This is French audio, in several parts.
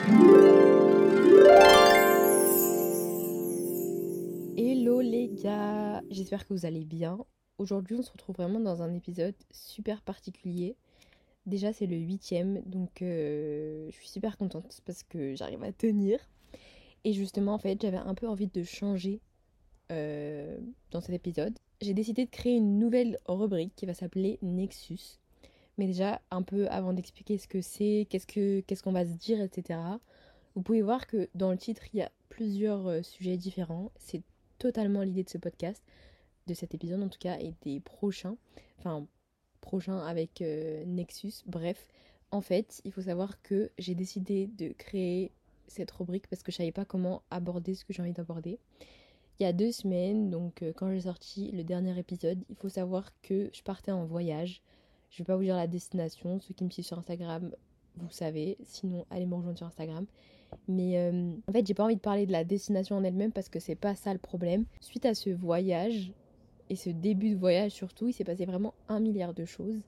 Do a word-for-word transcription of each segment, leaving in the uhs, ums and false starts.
Hello les gars, j'espère que vous allez bien. Aujourd'hui on se retrouve vraiment dans un épisode super particulier. Déjà c'est le huitième, donc euh, je suis super contente parce que j'arrive à tenir. Et justement en fait j'avais un peu envie de changer euh, dans cet épisode. J'ai décidé de créer une nouvelle rubrique qui va s'appeler Nexus. Mais déjà un peu avant d'expliquer ce que c'est, qu'est-ce que qu'est-ce qu'on va se dire, et cetera. Vous pouvez voir que dans le titre il y a plusieurs euh, sujets différents. C'est totalement l'idée de ce podcast, de cet épisode en tout cas, et des prochains, enfin prochains avec euh, Nexus. Bref, en fait, il faut savoir que j'ai décidé de créer cette rubrique parce que je savais pas comment aborder ce que j'ai envie d'aborder. Il y a deux semaines, donc euh, quand j'ai sorti le dernier épisode, il faut savoir que je partais en voyage. Je vais pas vous dire la destination, ceux qui me suivent sur Instagram, vous savez, sinon allez me rejoindre sur Instagram. Mais euh, en fait, j'ai pas envie de parler de la destination en elle-même parce que c'est pas ça le problème. Suite à ce voyage, et ce début de voyage surtout, il s'est passé vraiment un milliard de choses.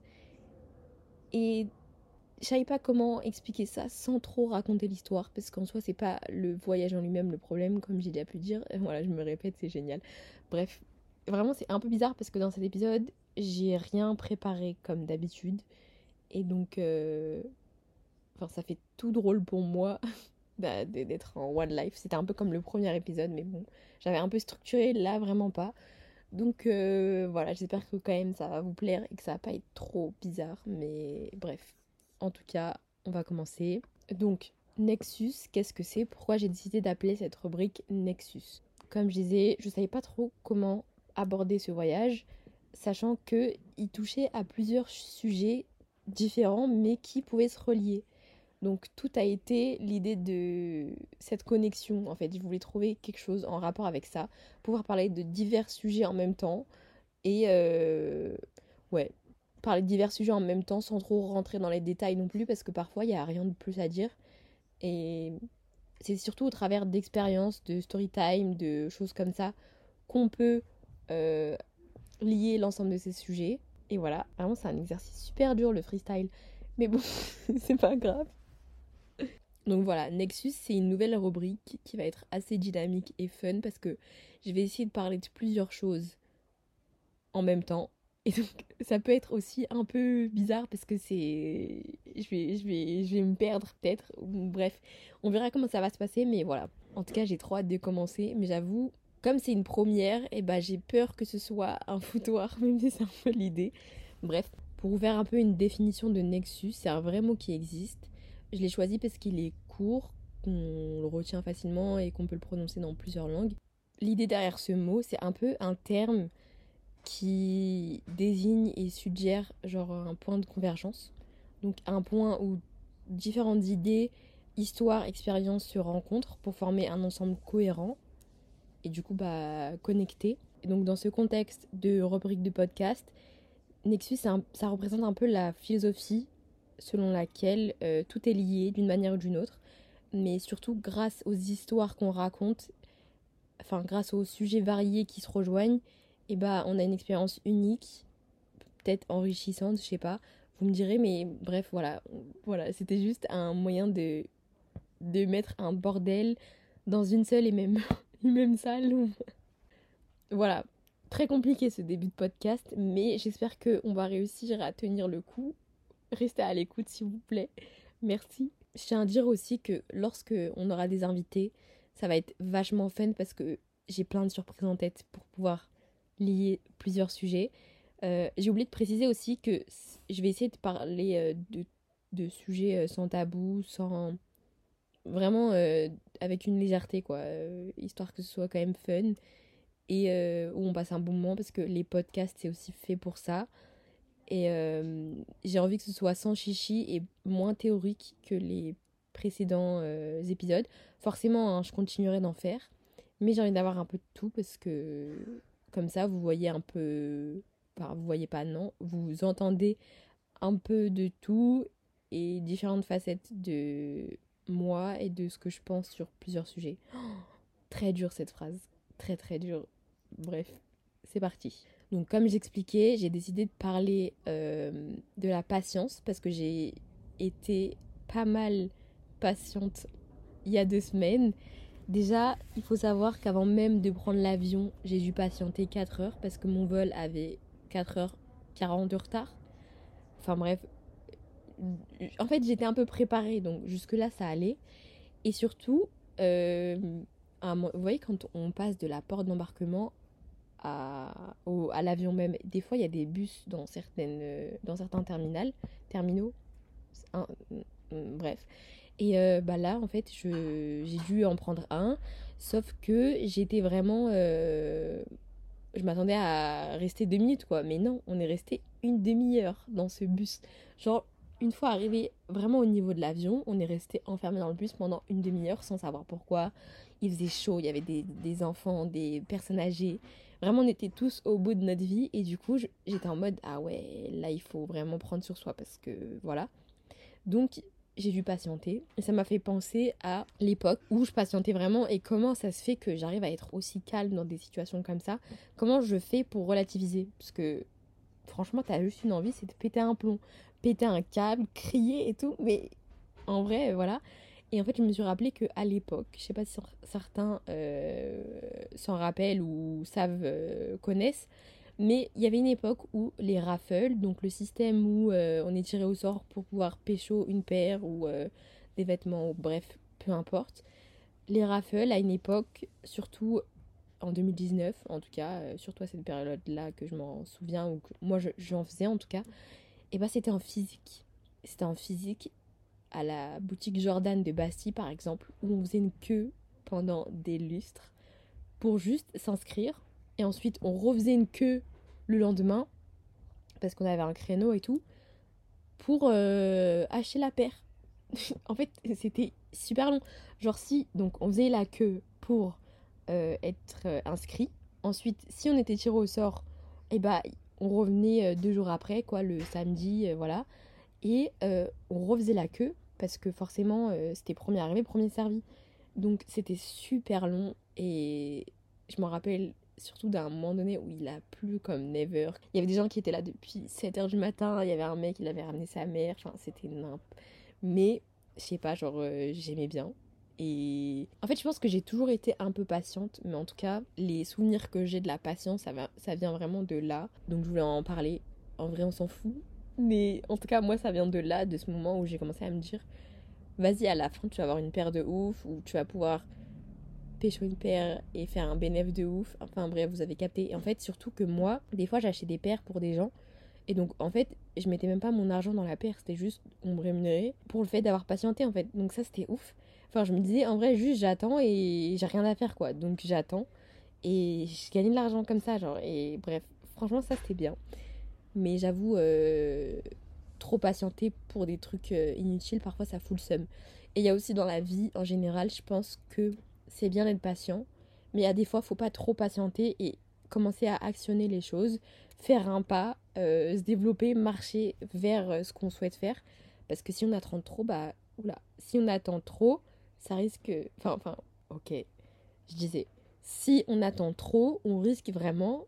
Et je savais pas comment expliquer ça sans trop raconter l'histoire, parce qu'en soi, c'est pas le voyage en lui-même le problème, comme j'ai déjà pu dire. Voilà, je me répète, c'est génial. Bref, vraiment, c'est un peu bizarre parce que dans cet épisode, j'ai rien préparé comme d'habitude. Et donc, euh... enfin, ça fait tout drôle pour moi bah, d'être en one life. C'était un peu comme le premier épisode, mais bon, j'avais un peu structuré, là vraiment pas. Donc euh, voilà, j'espère que quand même ça va vous plaire et que ça va pas être trop bizarre, mais bref. En tout cas, on va commencer. Donc, Nexus, qu'est-ce que c'est? Pourquoi j'ai décidé d'appeler cette rubrique Nexus? Comme je disais, je savais pas trop comment aborder ce voyage, sachant que il touchait à plusieurs sujets différents, mais qui pouvaient se relier. Donc tout a été l'idée de cette connexion. En fait, je voulais trouver quelque chose en rapport avec ça, pouvoir parler de divers sujets en même temps et euh, ouais, parler de divers sujets en même temps sans trop rentrer dans les détails non plus parce que parfois il n'y a rien de plus à dire. Et c'est surtout au travers d'expériences, de story time, de choses comme ça qu'on peut euh, lier l'ensemble de ces sujets. Et voilà, vraiment c'est un exercice super dur le freestyle. Mais bon, c'est pas grave. Donc voilà, Nexus, c'est une nouvelle rubrique qui va être assez dynamique et fun parce que je vais essayer de parler de plusieurs choses en même temps. Et donc ça peut être aussi un peu bizarre parce que c'est... Je vais, je vais, je vais me perdre peut-être. Bref, on verra comment ça va se passer, mais voilà. En tout cas, j'ai trop hâte de commencer, mais j'avoue, comme c'est une première, et bah, j'ai peur que ce soit un foutoir, même si c'est un peu l'idée. Bref, pour vous faire un peu une définition de Nexus, c'est un vrai mot qui existe. Je l'ai choisi parce qu'il est court, qu'on le retient facilement et qu'on peut le prononcer dans plusieurs langues. L'idée derrière ce mot, c'est un peu un terme qui désigne et suggère genre un point de convergence. Donc un point où différentes idées, histoires, expériences se rencontrent pour former un ensemble cohérent et du coup bah connecté. Et donc dans ce contexte de rubrique de podcast, Nexus un, ça représente un peu la philosophie selon laquelle euh, tout est lié d'une manière ou d'une autre, mais surtout grâce aux histoires qu'on raconte, enfin grâce aux sujets variés qui se rejoignent, et bah on a une expérience unique, peut-être enrichissante, je sais pas. Vous me direz, mais bref, voilà, voilà, c'était juste un moyen de de mettre un bordel dans une seule et même une même salle. Voilà, très compliqué ce début de podcast, mais j'espère que on va réussir à tenir le coup. Restez à l'écoute s'il vous plaît. Merci. Je tiens à dire aussi que lorsque on aura des invités, ça va être vachement fun parce que j'ai plein de surprises en tête pour pouvoir lier plusieurs sujets. Euh, j'ai oublié de préciser aussi que je vais essayer de parler euh, de, de sujets euh, sans tabou, sans... Vraiment euh, avec une légèreté, quoi. Euh, histoire que ce soit quand même fun et euh, où on passe un bon moment parce que les podcasts, c'est aussi fait pour ça. Et euh, j'ai envie que ce soit sans chichi et moins théorique que les précédents euh, épisodes. Forcément, hein, je continuerai d'en faire. Mais j'ai envie d'avoir un peu de tout parce que comme ça, vous voyez un peu... Enfin, vous voyez pas, non. Vous entendez un peu de tout et différentes facettes de moi et de ce que je pense sur plusieurs sujets. Oh, très dur cette phrase. Très très dur. Bref, c'est parti. Donc comme j'expliquais, j'ai décidé de parler euh, de la patience parce que j'ai été pas mal patiente il y a deux semaines. Déjà, il faut savoir qu'avant même de prendre l'avion, j'ai dû patienter quatre heures parce que mon vol avait quatre heures quarante de retard. Enfin bref, en fait j'étais un peu préparée, donc jusque-là ça allait. Et surtout, euh, à, vous voyez quand on passe de la porte d'embarquement à, au, à l'avion même, des fois il y a des bus dans, certaines, dans certains terminals, terminaux, un, bref. Et euh, bah là, en fait, je, j'ai dû en prendre un. Sauf que j'étais vraiment... euh, je m'attendais à rester deux minutes, quoi. Mais non, on est resté une demi-heure dans ce bus. Genre, une fois arrivé vraiment au niveau de l'avion, on est resté enfermé dans le bus pendant une demi-heure sans savoir pourquoi. Il faisait chaud, il y avait des, des enfants, des personnes âgées. Vraiment, on était tous au bout de notre vie. Et du coup, je- j'étais en mode, ah ouais, là, il faut vraiment prendre sur soi parce que, voilà. Donc, j'ai dû patienter. Et ça m'a fait penser à l'époque où je patientais vraiment et comment ça se fait que j'arrive à être aussi calme dans des situations comme ça. Comment je fais pour relativiser. Parce que franchement, t'as juste une envie, c'est de péter un plomb, péter un câble, crier et tout. Mais en vrai, voilà. Et en fait, je me suis rappelé qu'à l'époque, je sais pas si certains euh, s'en rappellent ou savent, euh, connaissent, mais il y avait une époque où les raffles, donc le système où euh, on est tiré au sort pour pouvoir pécho une paire ou euh, des vêtements, ou bref, peu importe. Les raffles, à une époque, surtout en deux mille dix-neuf, en tout cas, euh, surtout à cette période-là que je m'en souviens, ou que moi je, j'en faisais en tout cas, et bah c'était en physique. C'était en physique à la boutique Jordan de Bastille par exemple, où on faisait une queue pendant des lustres pour juste s'inscrire. Et ensuite, on refaisait une queue le lendemain, parce qu'on avait un créneau et tout, pour euh, acheter la paire. En fait, c'était super long. Genre si, donc on faisait la queue pour euh, être euh, inscrit. Ensuite, si on était tiré au sort, et eh bah on revenait euh, deux jours après, quoi, le samedi, euh, voilà. Et euh, on refaisait la queue, parce que forcément, euh, c'était premier arrivé, premier servi. Donc c'était super long et je me rappelle surtout d'un moment donné où il a plu comme never. Il y avait des gens qui étaient là depuis sept heures du matin, il y avait un mec, il avait ramené sa mère, enfin c'était nimp. Mais je sais pas, genre euh, j'aimais bien. Et en fait, je pense que j'ai toujours été un peu patiente, mais en tout cas, les souvenirs que j'ai de la patience, ça, va, ça vient vraiment de là. Donc je voulais en parler. En vrai, on s'en fout. Mais en tout cas, moi, ça vient de là, de ce moment où j'ai commencé à me dire vas-y, à la fin, tu vas avoir une paire de ouf, ou tu vas pouvoir pécho une paire et faire un bénéf de ouf. Enfin bref, vous avez capté. Et en fait, surtout que moi, des fois, j'achetais des paires pour des gens. Et donc, en fait, je mettais même pas mon argent dans la paire. C'était juste, on me rémunérait pour le fait d'avoir patienté, en fait. Donc ça, c'était ouf. Enfin, je me disais, en vrai, juste, j'attends et j'ai rien à faire, quoi. Donc, j'attends. Et je gagnais de l'argent comme ça, genre. Et bref, franchement, ça, c'était bien. Mais j'avoue, euh, trop patienter pour des trucs euh, inutiles, parfois ça fout le seum. Et il y a aussi dans la vie, en général, je pense que c'est bien d'être patient, mais à des fois, faut pas trop patienter et commencer à actionner les choses, faire un pas, euh, se développer, marcher vers euh, ce qu'on souhaite faire. Parce que si on attend trop, bah, oula, si on attend trop, ça risque... Enfin, enfin, ok, je disais, si on attend trop, on risque vraiment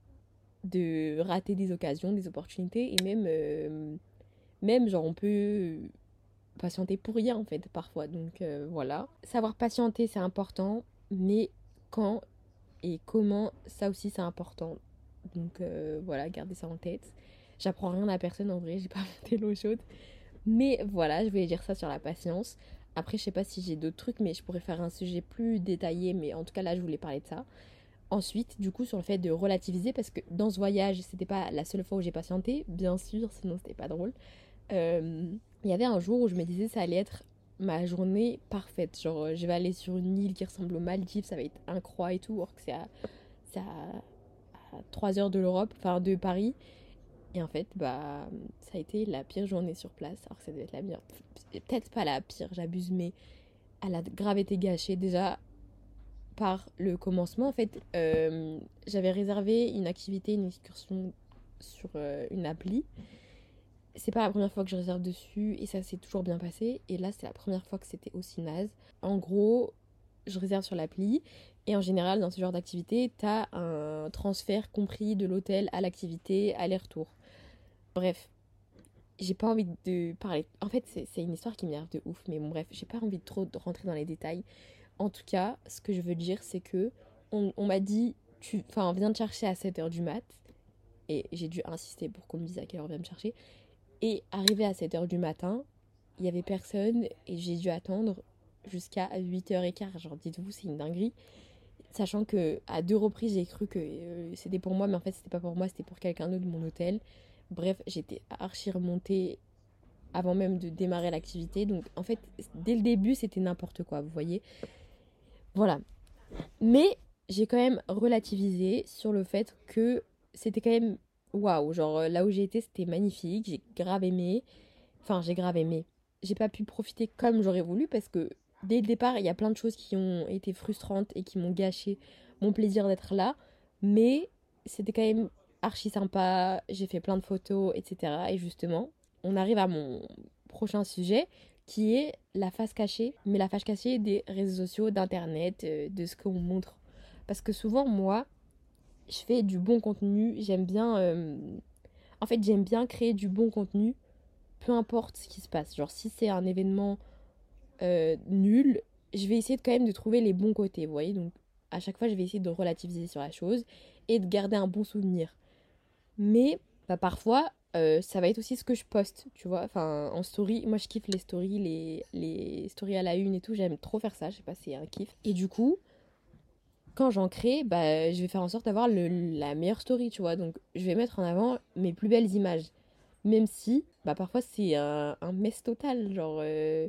de rater des occasions, des opportunités, et même, euh, même genre, on peut patienter pour rien, en fait, parfois. Donc, euh, voilà. Savoir patienter, c'est important, mais quand et comment, ça aussi, c'est important. Donc, euh, voilà, gardez ça en tête. J'apprends rien à personne, en vrai, j'ai pas monté l'eau chaude. Mais voilà, je vais dire ça sur la patience. Après, je sais pas si j'ai d'autres trucs, mais je pourrais faire un sujet plus détaillé, mais en tout cas, là, je voulais parler de ça. Ensuite, du coup, sur le fait de relativiser, parce que dans ce voyage, c'était pas la seule fois où j'ai patienté, bien sûr, sinon c'était pas drôle. Euh, Il y avait un jour où je me disais ça allait être ma journée parfaite. Genre, euh, je vais aller sur une île qui ressemble aux Maldives, ça va être incroyable et tout, or que c'est à, c'est à, à trois heures de l'Europe, enfin de Paris. Et en fait, bah, ça a été la pire journée sur place, alors que ça devait être la meilleure. Peut-être pas la pire, j'abuse, mais elle a grave été gâchée. Déjà, par le commencement, en fait, euh, j'avais réservé une activité, une excursion sur euh, une appli. C'est pas la première fois que je réserve dessus et ça s'est toujours bien passé. Et là, c'est la première fois que c'était aussi naze. En gros, je réserve sur l'appli et en général, dans ce genre d'activité, t'as un transfert compris de l'hôtel à l'activité, aller-retour. Bref. j'ai pas envie de parler. En fait, c'est c'est une histoire qui m'énerve de ouf, mais bon, bref, j'ai pas envie de trop de rentrer dans les détails. En tout cas, ce que je veux dire, c'est que on, on m'a dit, tu, enfin, viens te chercher à sept heures du mat. Et j'ai dû insister pour qu'on me dise à quelle heure on vient me chercher. Et arrivé à sept heures du matin, il y avait personne et j'ai dû attendre jusqu'à huit heures quinze. Genre, dites-vous, c'est une dinguerie. Sachant que à deux reprises, j'ai cru que euh, c'était pour moi, mais en fait, c'était pas pour moi, c'était pour quelqu'un d'autre de mon hôtel. Bref, j'étais archi remontée avant même de démarrer l'activité. Donc, en fait, dès le début, c'était n'importe quoi, vous voyez. Voilà. Mais j'ai quand même relativisé sur le fait que c'était quand même waouh. Genre, euh, là où j'ai été, c'était magnifique. J'ai grave aimé. Enfin, j'ai grave aimé. J'ai pas pu profiter comme j'aurais voulu parce que dès le départ, il y a plein de choses qui ont été frustrantes et qui m'ont gâché mon plaisir d'être là. Mais c'était quand même archi sympa. J'ai fait plein de photos, et cetera. Et justement, on arrive à mon prochain sujet qui est la face cachée, mais la face cachée des réseaux sociaux, d'internet, euh, de ce qu'on montre. Parce que souvent, moi, je fais du bon contenu. J'aime bien. euh, En fait, j'aime bien créer du bon contenu peu importe ce qui se passe. Genre, si c'est un événement euh, nul, je vais essayer de, quand même de trouver les bons côtés, vous voyez. Donc, à chaque fois, je vais essayer de relativiser sur la chose et de garder un bon souvenir. Mais, bah, parfois, euh, ça va être aussi ce que je poste, tu vois. Enfin, en story, moi, je kiffe les stories, les, les stories à la une et tout. J'aime trop faire ça, je sais pas, c'est un kiff. Et du coup, quand j'en crée, bah, je vais faire en sorte d'avoir le, la meilleure story, tu vois. Donc, je vais mettre en avant mes plus belles images. Même si, bah, parfois, c'est un, un mess total. Genre, euh,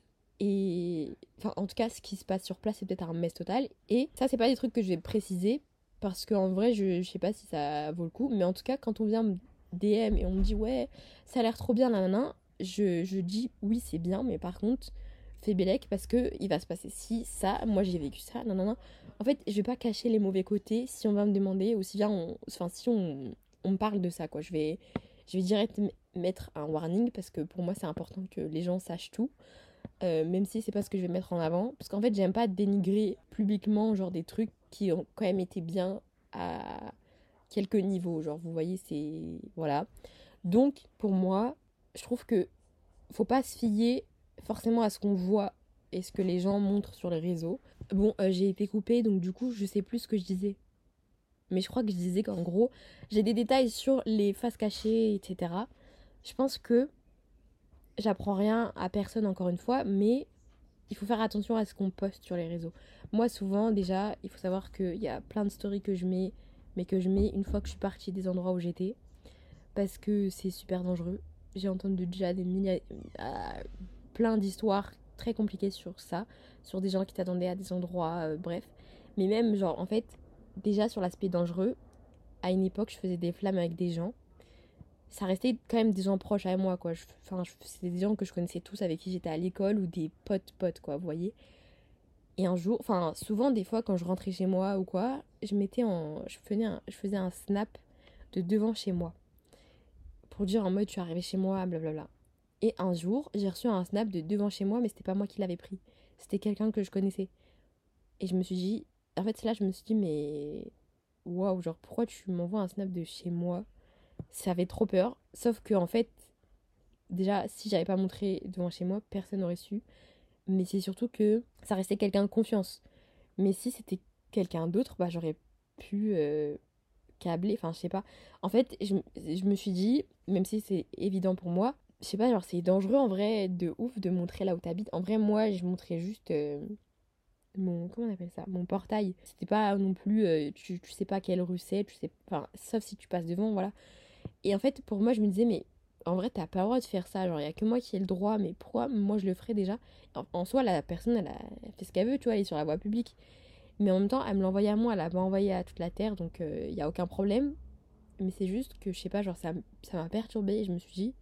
et. Enfin, en tout cas, ce qui se passe sur place, c'est peut-être un mess total. Et ça, c'est pas des trucs que je vais préciser. Parce qu'en vrai, je, je sais pas si ça vaut le coup. Mais en tout cas, quand on vient me D M et on me dit, ouais, ça a l'air trop bien, nanana, je, je dis, oui, c'est bien. Mais par contre, fais bellec parce que il va se passer ci, ça. Moi, j'ai vécu ça, nanana. En fait, je vais pas cacher les mauvais côtés si on va me demander ou si, bien on, enfin, si on, on me parle de ça, quoi. Je vais, je vais direct m- mettre un warning parce que pour moi, c'est important que les gens sachent tout. Euh, même si c'est pas ce que je vais mettre en avant. Parce qu'en fait, j'aime pas dénigrer publiquement, genre des trucs qui ont quand même été bien à quelques niveaux. Genre, vous voyez, c'est. Voilà. Donc, pour moi, je trouve que faut pas se fier forcément à ce qu'on voit et ce que les gens montrent sur les réseaux. Bon, euh, j'ai été coupée, donc du coup, je sais plus ce que je disais. Mais je crois que je disais qu'en gros, j'ai des détails sur les faces cachées, et cetera. Je pense que j'apprends rien à personne encore une fois, mais il faut faire attention à ce qu'on poste sur les réseaux. Moi, souvent, déjà, il faut savoir qu'il y a plein de stories que je mets, mais que je mets une fois que je suis partie des endroits où j'étais, parce que c'est super dangereux. J'ai entendu déjà des milliers, euh, plein d'histoires très compliquées sur ça, sur des gens qui t'attendaient à des endroits, euh, bref. Mais même, genre, en fait, déjà sur l'aspect dangereux, à une époque, je faisais des flammes avec des gens. Ça restait quand même des gens proches à moi, quoi. Je- Enfin, je- c'était des gens que je connaissais tous, avec qui j'étais à l'école, ou des potes potes, quoi, vous voyez. Et un jour, enfin, souvent, des fois, quand je rentrais chez moi ou quoi, je mettais en. Je faisais un, je faisais un snap de devant chez moi. Pour dire en mode, je suis arrivée chez moi, blablabla. Et un jour, j'ai reçu un snap de devant chez moi, mais c'était pas moi qui l'avais pris. C'était quelqu'un que je connaissais. Et je me suis dit. En fait, c'est là que je me suis dit, mais. Waouh, genre, pourquoi tu m'envoies un snap de chez moi? Ça avait trop peur. Sauf que, en fait, déjà, si j'avais pas montré devant chez moi, personne n'aurait su. Mais c'est surtout que ça restait quelqu'un de confiance. Mais si c'était quelqu'un d'autre, bah j'aurais pu euh, câbler, enfin je sais pas. En fait, je, je me suis dit, même si c'est évident pour moi, je sais pas, genre c'est dangereux en vrai de ouf de montrer là où t'habites. En vrai, moi, je montrais juste euh, mon, comment on appelle ça? Mon portail. C'était pas non plus, euh, tu, tu sais pas quelle rue c'est, tu sais, enfin, sauf si tu passes devant, voilà. Et en fait, pour moi, je me disais, mais en vrai, t'as pas le droit de faire ça. Genre, il y a que moi qui ai le droit, mais pourquoi moi je le ferais déjà? En, en soi, la personne, elle a elle fait ce qu'elle veut, tu vois, elle est sur la voie publique. Mais en même temps, elle me l'envoyait à moi, elle l'a pas envoyé à toute la Terre, donc il euh, n'y a aucun problème. Mais c'est juste que, je sais pas, genre, ça, m- ça m'a perturbée et je me suis dit,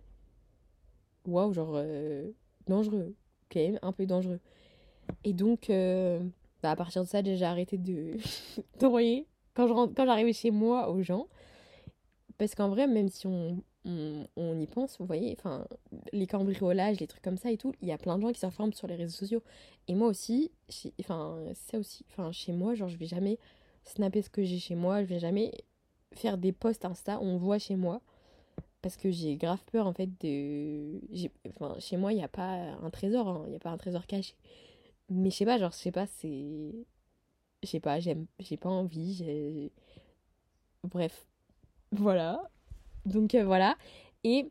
waouh, genre, euh, dangereux. Quand même, un peu dangereux. Et donc, euh, bah, à partir de ça, déjà, j'ai arrêté de d'envoyer quand je rentre- quand j'arrivais chez moi aux gens. Parce qu'en vrai, même si on, on, on y pense, vous voyez, enfin, les cambriolages, les trucs comme ça et tout, il y a plein de gens qui s'informent sur les réseaux sociaux. Et moi aussi, chez- enfin, ça aussi, enfin, chez moi, genre, je vais jamais snapper ce que j'ai chez moi, je vais jamais faire des posts Insta où on voit chez moi. parce que j'ai grave peur en fait de... j'ai- Enfin, chez moi, il n'y a pas un trésor, hein, il n'y a pas un trésor caché. Mais je sais pas, genre, je sais pas, c'est... Je sais pas, j'aime, j'ai pas envie, j'ai... Bref, voilà. Donc euh, voilà. Et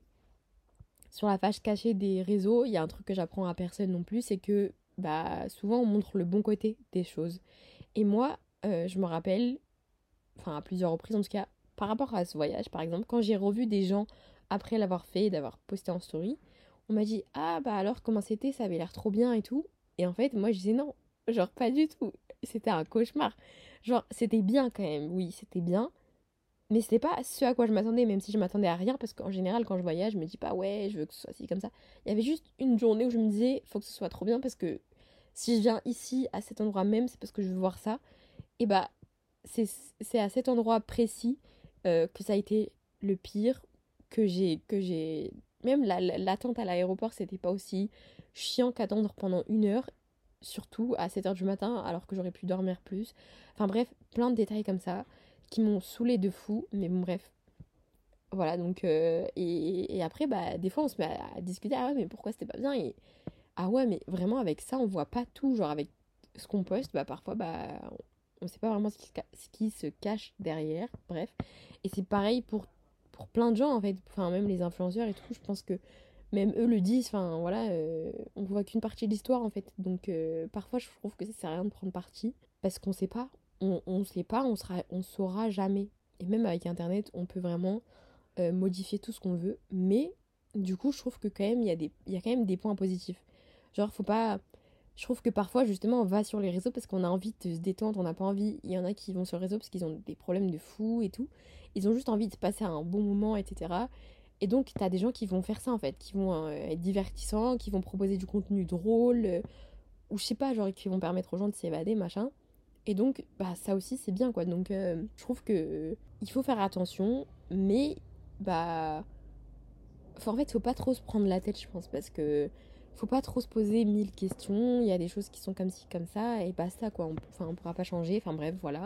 sur la page cachée des réseaux, il y a un truc que j'apprends à personne non plus, c'est que bah souvent on montre le bon côté des choses. Et moi, euh, je me rappelle, enfin à plusieurs reprises en tout cas, par rapport à ce voyage par exemple, quand j'ai revu des gens après l'avoir fait, d'avoir posté en story, on m'a dit ah bah alors comment c'était, ça avait l'air trop bien et tout. Et en fait moi je disais non, genre pas du tout, c'était un cauchemar. Genre c'était bien quand même, oui c'était bien, mais c'était pas ce à quoi je m'attendais, même si je m'attendais à rien, parce qu'en général, quand je voyage, je me dis pas ouais, je veux que ce soit ci comme ça. Il y avait juste une journée où je me disais, faut que ce soit trop bien, parce que si je viens ici, à cet endroit même, c'est parce que je veux voir ça. Et bah, c'est c'est à cet endroit précis euh, que ça a été le pire, que j'ai. que j'ai Même la- la- l'attente à l'aéroport, c'était pas aussi chiant qu'attendre pendant une heure, surtout à sept heures du matin, alors que j'aurais pu dormir plus. Enfin bref, plein de détails comme ça qui m'ont saoulé de fou, mais bon, bref. Voilà, donc. euh, et, et après, bah, des fois, on se met à, à discuter. Ah ouais, mais pourquoi c'était pas bien et, ah ouais, mais vraiment, avec ça, on voit pas tout. Genre, avec ce qu'on poste, bah, parfois, bah, on, on sait pas vraiment ce qui, se ca- ce qui se cache derrière. Bref. Et c'est pareil pour, pour plein de gens, en fait. Enfin, même les influenceurs et tout, je pense que même eux le disent. Enfin, voilà, euh, on voit qu'une partie de l'histoire, en fait. Donc, euh, parfois, je trouve que ça sert à rien de prendre parti. Parce qu'on sait pas. On, on sait pas, on sera, on saura jamais. Et même avec Internet, on peut vraiment euh, modifier tout ce qu'on veut. Mais du coup, je trouve que quand même, il y a des, il y a quand même des points positifs. Genre, faut pas. Je trouve que parfois, justement, on va sur les réseaux parce qu'on a envie de se détendre, on n'a pas envie. Il y en a qui vont sur les réseaux parce qu'ils ont des problèmes de fou et tout. Ils ont juste envie de passer un bon moment, et cetera. Et donc, t'as des gens qui vont faire ça en fait, qui vont euh, être divertissants, qui vont proposer du contenu drôle, euh, ou je sais pas, genre qui vont permettre aux gens de s'évader, machin. Et donc, bah ça aussi c'est bien quoi. Donc, euh, je trouve que euh, il faut faire attention, mais bah faut, en fait, faut pas trop se prendre la tête, je pense, parce que faut pas trop se poser mille questions. Il y a des choses qui sont comme ci, comme ça, et basta, quoi. On, enfin, on pourra pas changer. Enfin, bref, voilà.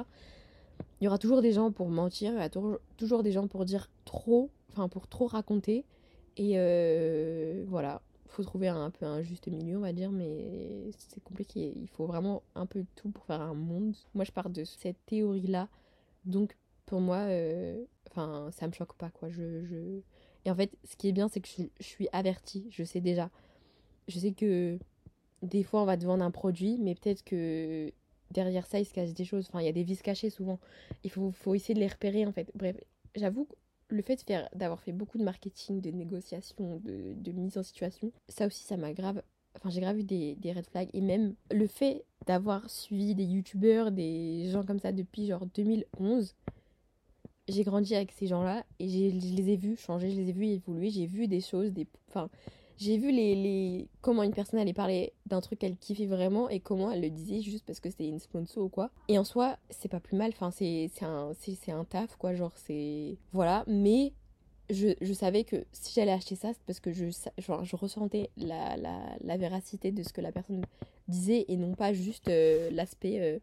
Il y aura toujours des gens pour mentir, il y aura toujours, toujours des gens pour dire trop, enfin, pour trop raconter. Et euh, voilà. Faut trouver un, un peu un juste milieu, on va dire, mais c'est compliqué. Il faut vraiment un peu de tout pour faire un monde. Moi, je pars de cette théorie-là. Donc, pour moi, euh, enfin, ça me choque pas, quoi. Je, je... Et en fait, ce qui est bien, c'est que je, je suis avertie. Je sais déjà. Je sais que des fois, on va te vendre un produit, mais peut-être que derrière ça, il se cache des choses. Enfin, il y a des vices cachés souvent. Il faut, faut essayer de les repérer, en fait. Bref, j'avoue que le fait de faire, d'avoir fait beaucoup de marketing, de négociation, de, de mise en situation, ça aussi, ça m'a grave. Enfin, j'ai grave eu des, des red flags. Et même le fait d'avoir suivi des youtubeurs, des gens comme ça depuis genre deux mille onze, j'ai grandi avec ces gens-là et j'ai- je les ai vus changer, je les ai vus évoluer, j'ai vu des choses, des, enfin, j'ai vu les, les, comment une personne allait parler d'un truc qu'elle kiffait vraiment et comment elle le disait juste parce que c'était une sponsor ou quoi. Et en soi, c'est pas plus mal, enfin, c'est c'est un, c'est c'est un taf, quoi, genre, c'est... Voilà, mais je, je savais que si j'allais acheter ça, c'est parce que je, sa- genre, je ressentais la, la, la véracité de ce que la personne disait et non pas juste euh, l'aspect euh,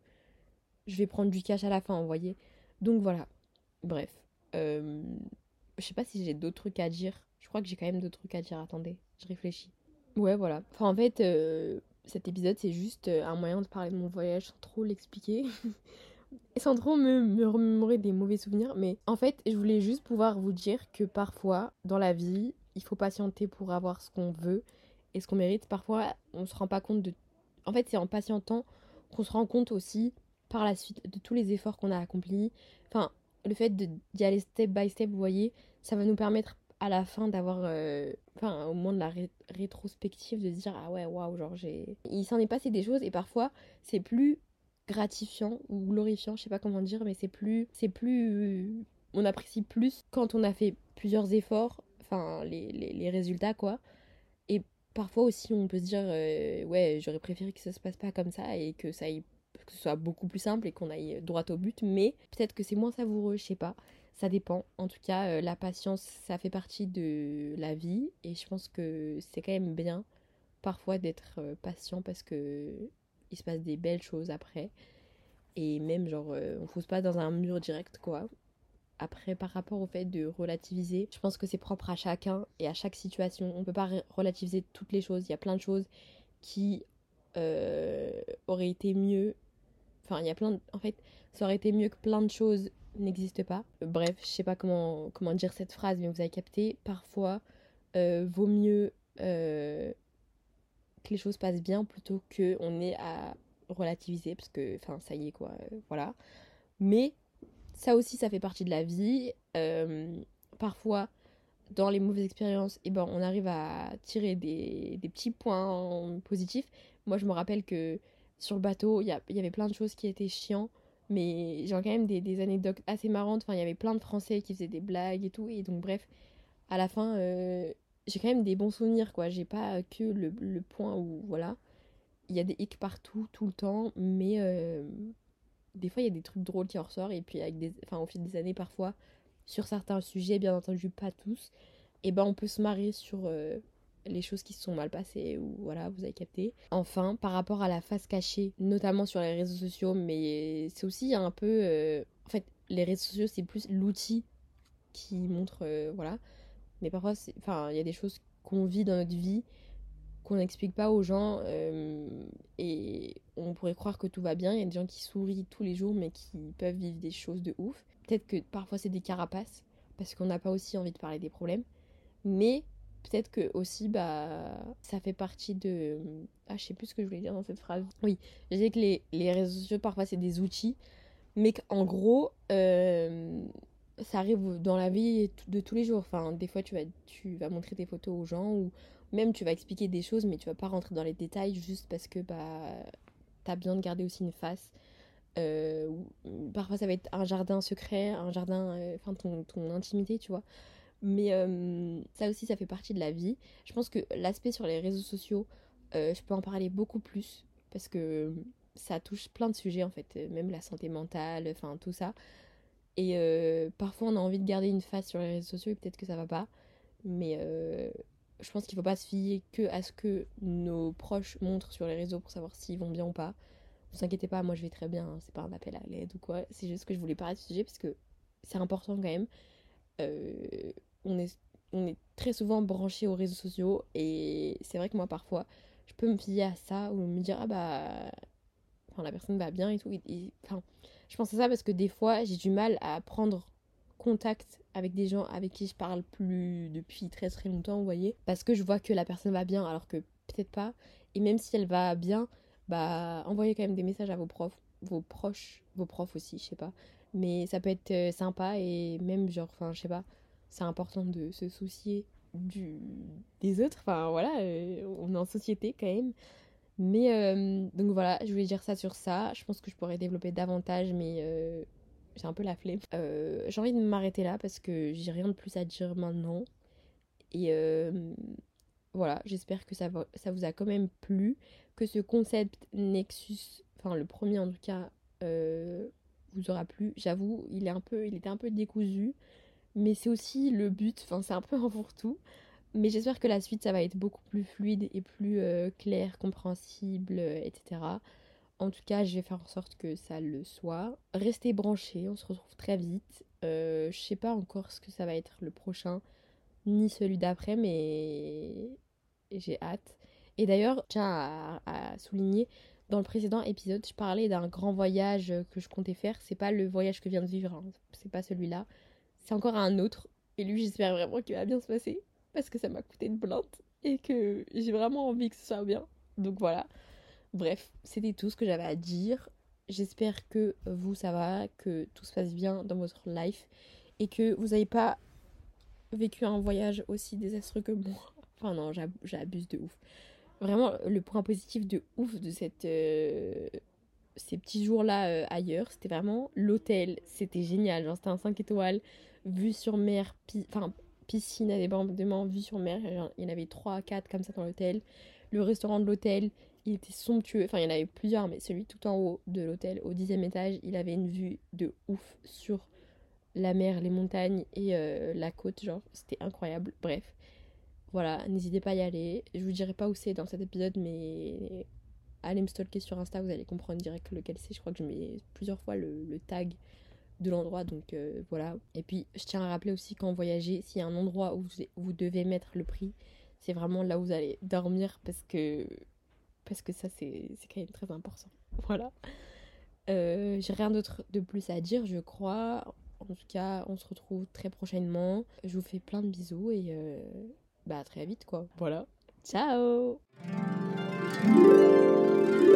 je vais prendre du cash à la fin, vous voyez. Donc voilà. Bref. Euh, je sais pas si j'ai d'autres trucs à dire. Je crois que j'ai quand même d'autres trucs à dire. Attendez, je réfléchis. Ouais, voilà. Enfin, en fait, euh, cet épisode, c'est juste euh, un moyen de parler de mon voyage sans trop l'expliquer. Et sans trop me, me remémorer des mauvais souvenirs. Mais en fait, je voulais juste pouvoir vous dire que parfois, dans la vie, il faut patienter pour avoir ce qu'on veut et ce qu'on mérite. Parfois, on se rend pas compte de... En fait, c'est en patientant qu'on se rend compte aussi, par la suite, de tous les efforts qu'on a accomplis. Enfin, le fait de- d'y aller step by step, vous voyez, ça va nous permettre à la fin d'avoir... euh, Enfin, au moment de la ré- rétrospective, de se dire, ah ouais, waouh, genre j'ai... Il s'en est passé des choses et parfois, c'est plus gratifiant ou glorifiant, je sais pas comment dire, mais c'est plus, c'est plus, on apprécie plus quand on a fait plusieurs efforts, enfin les, les, les résultats quoi. Et parfois aussi on peut se dire euh, ouais j'aurais préféré que ça se passe pas comme ça et que ça aille, que ce soit beaucoup plus simple et qu'on aille droit au but, mais peut-être que c'est moins savoureux, je sais pas. Ça dépend. En tout cas, euh, la patience, ça fait partie de la vie et je pense que c'est quand même bien parfois d'être euh, patient parce que il se passe des belles choses après. Et même, genre, euh, on fonce pas dans un mur direct, quoi. Après, par rapport au fait de relativiser, je pense que c'est propre à chacun et à chaque situation. On peut pas ré- relativiser toutes les choses. Il y a plein de choses qui euh, auraient été mieux. Enfin, il y a plein de... En fait, ça aurait été mieux que plein de choses n'existent pas. Bref, je sais pas comment, comment dire cette phrase, mais vous avez capté. Parfois, euh, vaut mieux euh, que les choses passent bien plutôt qu'on ait à relativiser, parce que, enfin, ça y est, quoi, euh, voilà. Mais ça aussi, ça fait partie de la vie. Euh, parfois, dans les mauvaises expériences, eh ben, on arrive à tirer des, des petits points positifs. Moi, je me rappelle que sur le bateau, il y, a- il y avait plein de choses qui étaient chiants, mais j'ai quand même des, des anecdotes assez marrantes. Enfin, il y avait plein de Français qui faisaient des blagues et tout. Et donc, bref, à la fin, euh, j'ai quand même des bons souvenirs, quoi. J'ai pas que le, le point où, voilà, il y a des hicks partout, tout le temps, mais euh, des fois, il y a des trucs drôles qui en ressortent. Et puis, avec des, enfin, au fil des années, parfois, sur certains sujets, bien entendu, pas tous, et ben on peut se marrer sur euh, les choses qui se sont mal passées ou voilà, vous avez capté. Enfin, par rapport à la face cachée, notamment sur les réseaux sociaux, mais c'est aussi un peu... euh, En fait, les réseaux sociaux, c'est plus l'outil qui montre... euh, voilà. Mais parfois, c'est... Enfin, il y a des choses qu'on vit dans notre vie qu'on n'explique pas aux gens euh, et on pourrait croire que tout va bien. Il y a des gens qui sourient tous les jours mais qui peuvent vivre des choses de ouf. Peut-être que parfois c'est des carapaces parce qu'on n'a pas aussi envie de parler des problèmes. Mais peut-être que aussi, bah, ça fait partie de... Ah, je sais plus ce que je voulais dire dans cette phrase. Oui, je disais que les, les réseaux sociaux, parfois, c'est des outils, mais qu'en gros, euh, ça arrive dans la vie de tous les jours. Enfin, des fois, tu vas, tu vas montrer tes photos aux gens, ou même tu vas expliquer des choses, mais tu vas pas rentrer dans les détails juste parce que, bah, t'as besoin de garder aussi une face. Euh, parfois, ça va être un jardin secret, un jardin... euh, Enfin, ton, ton intimité, tu vois. Mais euh, ça aussi, ça fait partie de la vie. Je pense que l'aspect sur les réseaux sociaux, euh, je peux en parler beaucoup plus parce que ça touche plein de sujets en fait, euh, même la santé mentale, enfin tout ça. Et euh, parfois, on a envie de garder une face sur les réseaux sociaux et peut-être que ça va pas. Mais euh, je pense qu'il faut pas se fier que à ce que nos proches montrent sur les réseaux pour savoir s'ils vont bien ou pas. Ne vous inquiétez pas, moi je vais très bien, hein, c'est pas un appel à l'aide ou quoi. C'est juste que je voulais parler de ce sujet parce que c'est important quand même. Euh, on est, on est très souvent branché aux réseaux sociaux et c'est vrai que moi parfois je peux me fier à ça ou me dire ah bah enfin, la personne va bien et tout et, et, enfin je pense à ça parce que des fois j'ai du mal à prendre contact avec des gens avec qui je parle plus depuis très très longtemps, vous voyez, parce que je vois que la personne va bien alors que peut-être pas, et même si elle va bien, bah envoyez quand même des messages à vos profs, vos proches, vos profs aussi, je sais pas, mais ça peut être euh, sympa et même genre, enfin je sais pas, c'est important de se soucier du des autres, enfin voilà, euh, on est en société quand même, mais euh, donc voilà, je voulais dire ça sur ça. Je pense que je pourrais développer davantage, mais euh, j'ai un peu la flemme. Euh, j'ai envie de m'arrêter là parce que j'ai rien de plus à dire maintenant. Et euh, voilà, j'espère que ça, va, ça vous a quand même plu, que ce concept Nexus, enfin le premier en tout cas, euh, vous aura plu. J'avoue, il est un peu, il était un peu décousu, mais c'est aussi le but. Enfin, c'est un peu un fourre-tout. Mais j'espère que la suite, ça va être beaucoup plus fluide et plus euh, clair, compréhensible, euh, et cetera. En tout cas, je vais faire en sorte que ça le soit. Restez branchés, on se retrouve très vite. Euh, je sais pas encore ce que ça va être le prochain, ni celui d'après, mais j'ai hâte. Et d'ailleurs, je tiens à, à souligner, dans le précédent épisode, je parlais d'un grand voyage que je comptais faire. C'est pas le voyage que je viens de vivre, hein. C'est pas celui-là. C'est encore un autre. Et lui, j'espère vraiment qu'il va bien se passer. Parce que ça m'a coûté une blinde. Et que j'ai vraiment envie que ce soit bien. Donc voilà. Bref, c'était tout ce que j'avais à dire. J'espère que vous, ça va, que tout se passe bien dans votre life. Et que vous n'avez pas vécu un voyage aussi désastreux que moi. Enfin non, j'ab- j'abuse de ouf. Vraiment, le point positif de ouf de cette, euh, ces petits jours-là euh, ailleurs, c'était vraiment l'hôtel. C'était génial. Genre, c'était un cinq étoiles, vue sur mer, pi- enfin, piscine à débordement, vue sur mer. Genre, il y en avait trois quatre comme ça dans l'hôtel. Le restaurant de l'hôtel, il était somptueux. Enfin, il y en avait plusieurs, mais celui tout en haut de l'hôtel, au dixième étage, il avait une vue de ouf sur la mer, les montagnes et euh, la côte. Genre, c'était incroyable. Bref. Voilà, n'hésitez pas à y aller. Je vous dirai pas où c'est dans cet épisode, mais allez me stalker sur Insta, vous allez comprendre direct lequel c'est. Je crois que je mets plusieurs fois le, le tag de l'endroit, donc euh, voilà. Et puis je tiens à rappeler aussi quand voyagez, s'il y a un endroit où vous, vous devez mettre le prix, c'est vraiment là où vous allez dormir parce que, parce que ça c'est, c'est quand même très important. Voilà. Euh, j'ai rien d'autre de plus à dire, je crois. En tout cas, on se retrouve très prochainement. Je vous fais plein de bisous et euh, bah à très vite quoi. Voilà. Ciao!